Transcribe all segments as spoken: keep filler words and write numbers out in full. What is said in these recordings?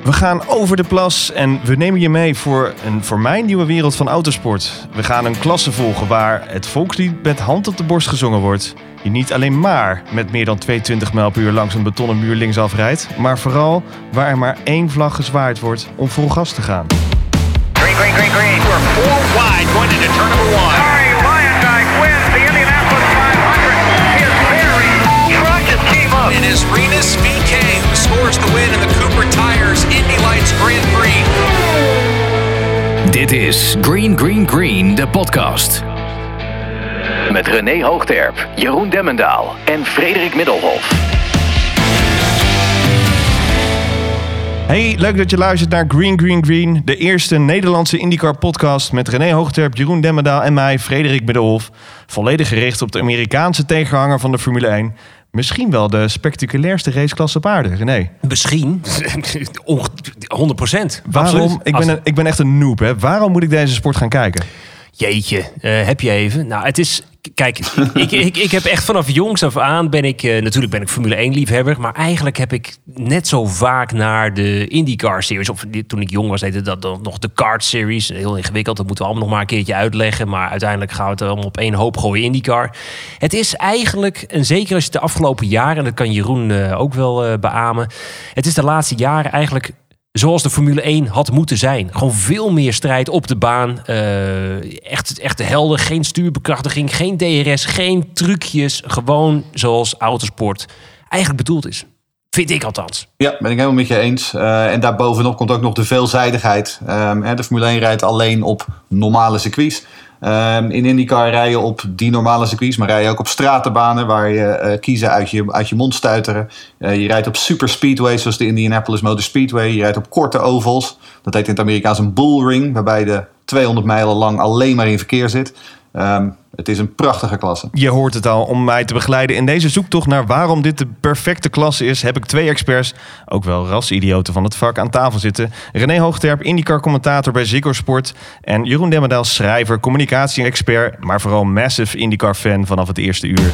We gaan over de plas en we nemen je mee voor een voor mij nieuwe wereld van autosport. We gaan een klasse volgen waar het volkslied met hand op de borst gezongen wordt. Je niet alleen maar met meer dan tweehonderdtwintig mijl per uur langs een betonnen muur linksaf rijdt, maar vooral waar er maar één vlag gezwaaid wordt om vol gas te gaan. Green, green, green, green. We're four wide going into turn number one. Harry Luyendyk wins the Indianapolis five hundred. His very truck just came up. It is Rinus V K who scores the win in the Cooper Tires Indy Lights Grand Prix. Dit is Green, Green, Green, de podcast. Met René Hoogterp, Jeroen Demmendaal en Frederik Middelhoff. Hey, leuk dat je luistert naar Green, Green, Green. De eerste Nederlandse IndyCar podcast met René Hoogterp, Jeroen Demmendaal en mij, Frederik Middelhoff. Volledig gericht op de Amerikaanse tegenhanger van de Formule één. Misschien wel de spectaculairste raceklasse op aarde, René. Misschien. honderd procent. Waarom? Ik ben, een, ik ben echt een noob, hè. Waarom moet ik deze sport gaan kijken? Jeetje, uh, heb je even? Nou, het is... Kijk, ik, ik, ik heb echt vanaf jongs af aan ben ik... Uh, natuurlijk ben ik Formule één liefhebber. Maar eigenlijk heb ik net zo vaak naar de IndyCar series... of toen ik jong was, heette dat nog de Kart series. Heel ingewikkeld, dat moeten we allemaal nog maar een keertje uitleggen. Maar uiteindelijk gaan we het allemaal op één hoop gooien, IndyCar. Het is eigenlijk, en zeker als je de afgelopen jaren... en dat kan Jeroen uh, ook wel uh, beamen... het is de laatste jaren eigenlijk... zoals de Formule één had moeten zijn. Gewoon veel meer strijd op de baan. Uh, echt, echt de helden. Geen stuurbekrachtiging, geen D R S, geen trucjes. Gewoon zoals autosport eigenlijk bedoeld is. Vind ik althans. Ja, ben ik helemaal met je eens. Uh, en daarbovenop komt ook nog de veelzijdigheid. Um, de Formule één rijdt alleen op normale circuits. Um, in IndyCar rij je op die normale circuits, maar rij je ook op stratenbanen waar je uh, kiezen uit je, uit je mond stuiteren. Uh, je rijdt op super speedways zoals de Indianapolis Motor Speedway. Je rijdt op korte ovals. Dat heet in het Amerikaans een bullring, waarbij de tweehonderd mijlen lang alleen maar in verkeer zit. Um, het is een prachtige klasse. Je hoort het al. Om mij te begeleiden in deze zoektocht naar waarom dit de perfecte klasse is, heb ik twee experts, ook wel rasidioten van het vak, aan tafel zitten. René Hoogterp, IndyCar-commentator bij Ziggo Sport. En Jeroen Demmendaal, schrijver, communicatie-expert, maar vooral massive IndyCar-fan vanaf het eerste uur.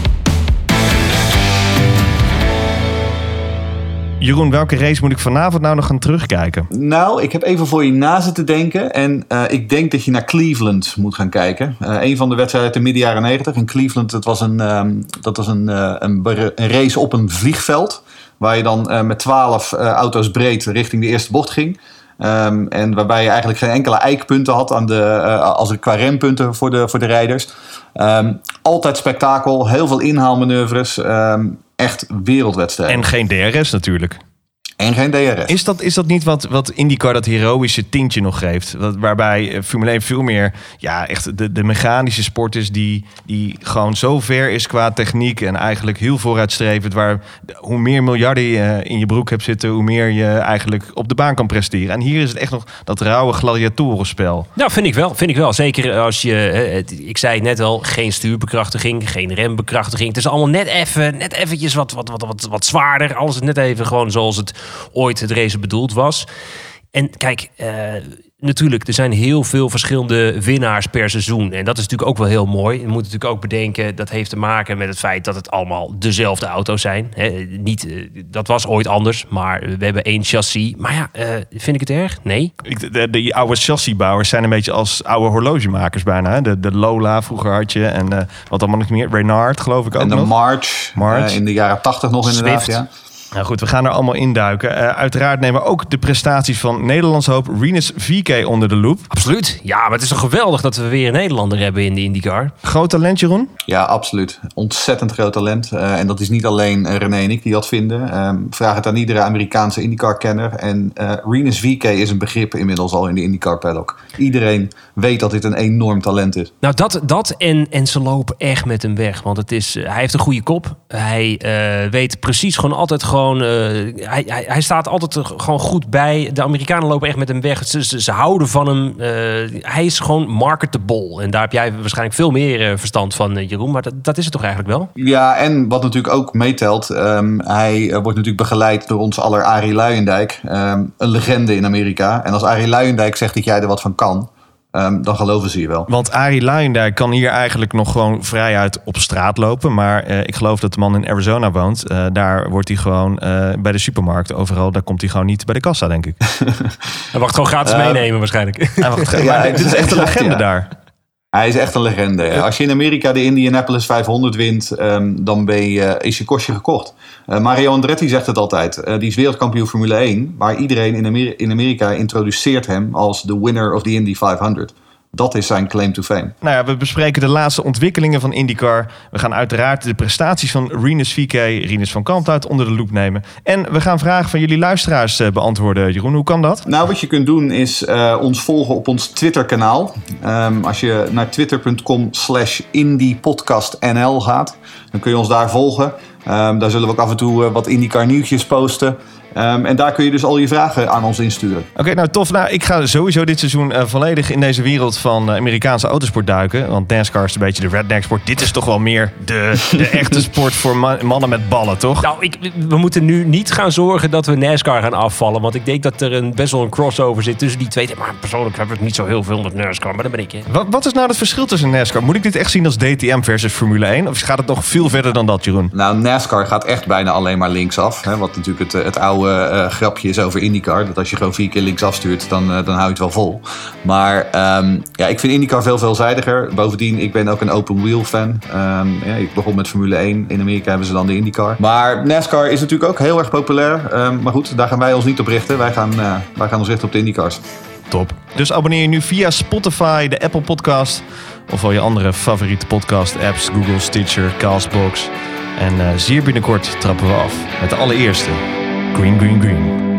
Jeroen, welke race moet ik vanavond nou nog gaan terugkijken? Nou, ik heb even voor je na zitten denken. En uh, ik denk dat je naar Cleveland moet gaan kijken. Uh, een van de wedstrijden uit de midden jaren negentig. In Cleveland, dat was een, um, dat was een, uh, een, een race op een vliegveld. Waar je dan uh, met twaalf uh, auto's breed richting de eerste bocht ging. Um, en waarbij je eigenlijk geen enkele eikpunten had aan de, uh, als er qua rempunten voor de, voor de rijders. Um, altijd spektakel, heel veel inhaalmanoeuvres. Um, echt wereldwedstrijden. En geen D R S natuurlijk. En geen D R S. Is dat, is dat niet wat, wat IndyCar dat heroïsche tintje nog geeft? Wat, waarbij Formule één veel meer ja, echt de, de mechanische sport is die, die gewoon zo ver is qua techniek en eigenlijk heel vooruitstrevend. Waar hoe meer miljarden je in je broek hebt zitten, hoe meer je eigenlijk op de baan kan presteren. En hier is het echt nog dat rauwe gladiatorenspel. Nou, vind ik wel. Vind ik wel. Zeker als je, ik zei het net al, geen stuurbekrachtiging, geen rembekrachtiging. Het is allemaal net even, net eventjes wat, wat, wat, wat, wat zwaarder. Alles is net even gewoon zoals het ooit het race bedoeld was. En kijk, uh, natuurlijk, er zijn heel veel verschillende winnaars per seizoen. En dat is natuurlijk ook wel heel mooi. Je moet natuurlijk ook bedenken, dat heeft te maken met het feit dat het allemaal dezelfde auto's zijn. He, niet, uh, dat was ooit anders, maar we hebben één chassis. Maar ja, uh, vind ik het erg? Nee. De, de, de oude chassisbouwers zijn een beetje als oude horlogemakers bijna. Hè? De, de Lola vroeger had je en uh, wat allemaal nog meer. Reynard geloof ik ook en nog. En de March, March. Uh, in de jaren tachtig nog inderdaad. Swift. Ja. Nou goed, we gaan er allemaal induiken. Uh, uiteraard nemen we ook de prestaties van Nederlands hoop Rinus V K onder de loep. Absoluut. Ja, maar het is toch geweldig dat we weer een Nederlander hebben in de IndyCar. Groot talent, Jeroen? Ja, absoluut. Ontzettend groot talent. Uh, en dat is niet alleen uh, René en ik die dat vinden. Um, vraag het aan iedere Amerikaanse IndyCar-kenner. En uh, Rinus V K is een begrip inmiddels al in de IndyCar-paddock. Iedereen weet dat dit een enorm talent is. Nou, dat, dat en, en ze lopen echt met hem weg. Want het is, uh, hij heeft een goede kop. Hij uh, weet precies gewoon altijd gewoon... Uh, hij, hij, hij staat altijd uh, gewoon goed bij. De Amerikanen lopen echt met hem weg. Ze, ze, ze houden van hem. Uh, hij is gewoon marketable. En daar heb jij waarschijnlijk veel meer uh, verstand van, uh, Jeroen. Maar dat, dat is het toch eigenlijk wel? Ja, en wat natuurlijk ook meetelt. Um, hij uh, wordt natuurlijk begeleid door ons aller Arie Luyendyk. Um, een legende in Amerika. En als Arie Luyendyk zegt dat jij er wat van kan... Um, dan geloven ze je wel. Want Arie Luijendijk kan hier eigenlijk nog gewoon vrijuit op straat lopen. Maar uh, ik geloof dat de man in Arizona woont. Uh, daar wordt hij gewoon uh, bij de supermarkt overal. Daar komt hij gewoon niet bij de kassa, denk ik. Hij mag gewoon gratis uh, meenemen waarschijnlijk. Hij mag, ja, maar dit is echt een legende ja. daar. Hij is echt een legende. Ja. Als je in Amerika de Indianapolis vijfhonderd wint, um, dan ben je, uh, is je kostje gekocht. Uh, Mario Andretti zegt het altijd. Uh, die is wereldkampioen Formule één. Maar iedereen in, Amer- in Amerika introduceert hem als de winner of the Indy vijfhonderd. Dat is zijn claim to fame. Nou ja, we bespreken de laatste ontwikkelingen van IndyCar. We gaan uiteraard de prestaties van Rinus V K, Rinus van Kalmthout onder de loep nemen. En we gaan vragen van jullie luisteraars beantwoorden. Jeroen, hoe kan dat? Nou, wat je kunt doen is uh, ons volgen op ons Twitter-kanaal. Um, als je naar twitter.com slash indypodcastnl gaat, dan kun je ons daar volgen. Um, daar zullen we ook af en toe uh, wat IndyCar nieuwtjes posten. Um, en daar kun je dus al je vragen aan ons insturen. Oké, okay, nou tof. Nou, ik ga sowieso dit seizoen uh, volledig in deze wereld van uh, Amerikaanse autosport duiken. Want NASCAR is een beetje de redneck sport. Dit is toch wel meer de, de echte sport voor ma- mannen met ballen, toch? Nou, ik, we moeten nu niet gaan zorgen dat we NASCAR gaan afvallen. Want ik denk dat er een, best wel een crossover zit tussen die twee. Maar persoonlijk heb ik niet zo heel veel met NASCAR. Maar dat ben ik. Hè. Wat, wat is nou het verschil tussen NASCAR? Moet ik dit echt zien als D T M versus Formule één? Of gaat het nog veel verder dan dat, Jeroen? Nou, NASCAR gaat echt bijna alleen maar linksaf. Hè, wat natuurlijk het, het oude uh, grapje is over IndyCar. Dat als je gewoon vier keer linksaf stuurt, dan, uh, dan hou je het wel vol. Maar um, ja, ik vind IndyCar veel veelzijdiger. Bovendien, ik ben ook een open wheel fan. Um, ja, ik begon met Formule één. In Amerika hebben ze dan de IndyCar. Maar NASCAR is natuurlijk ook heel erg populair. Um, maar goed, daar gaan wij ons niet op richten. Wij gaan, uh, wij gaan ons richten op de IndyCars. Top. Dus abonneer je nu via Spotify, de Apple Podcast of al je andere favoriete podcast apps, Google, Stitcher, Castbox. En uh, zeer binnenkort trappen we af met de allereerste Green Green Green.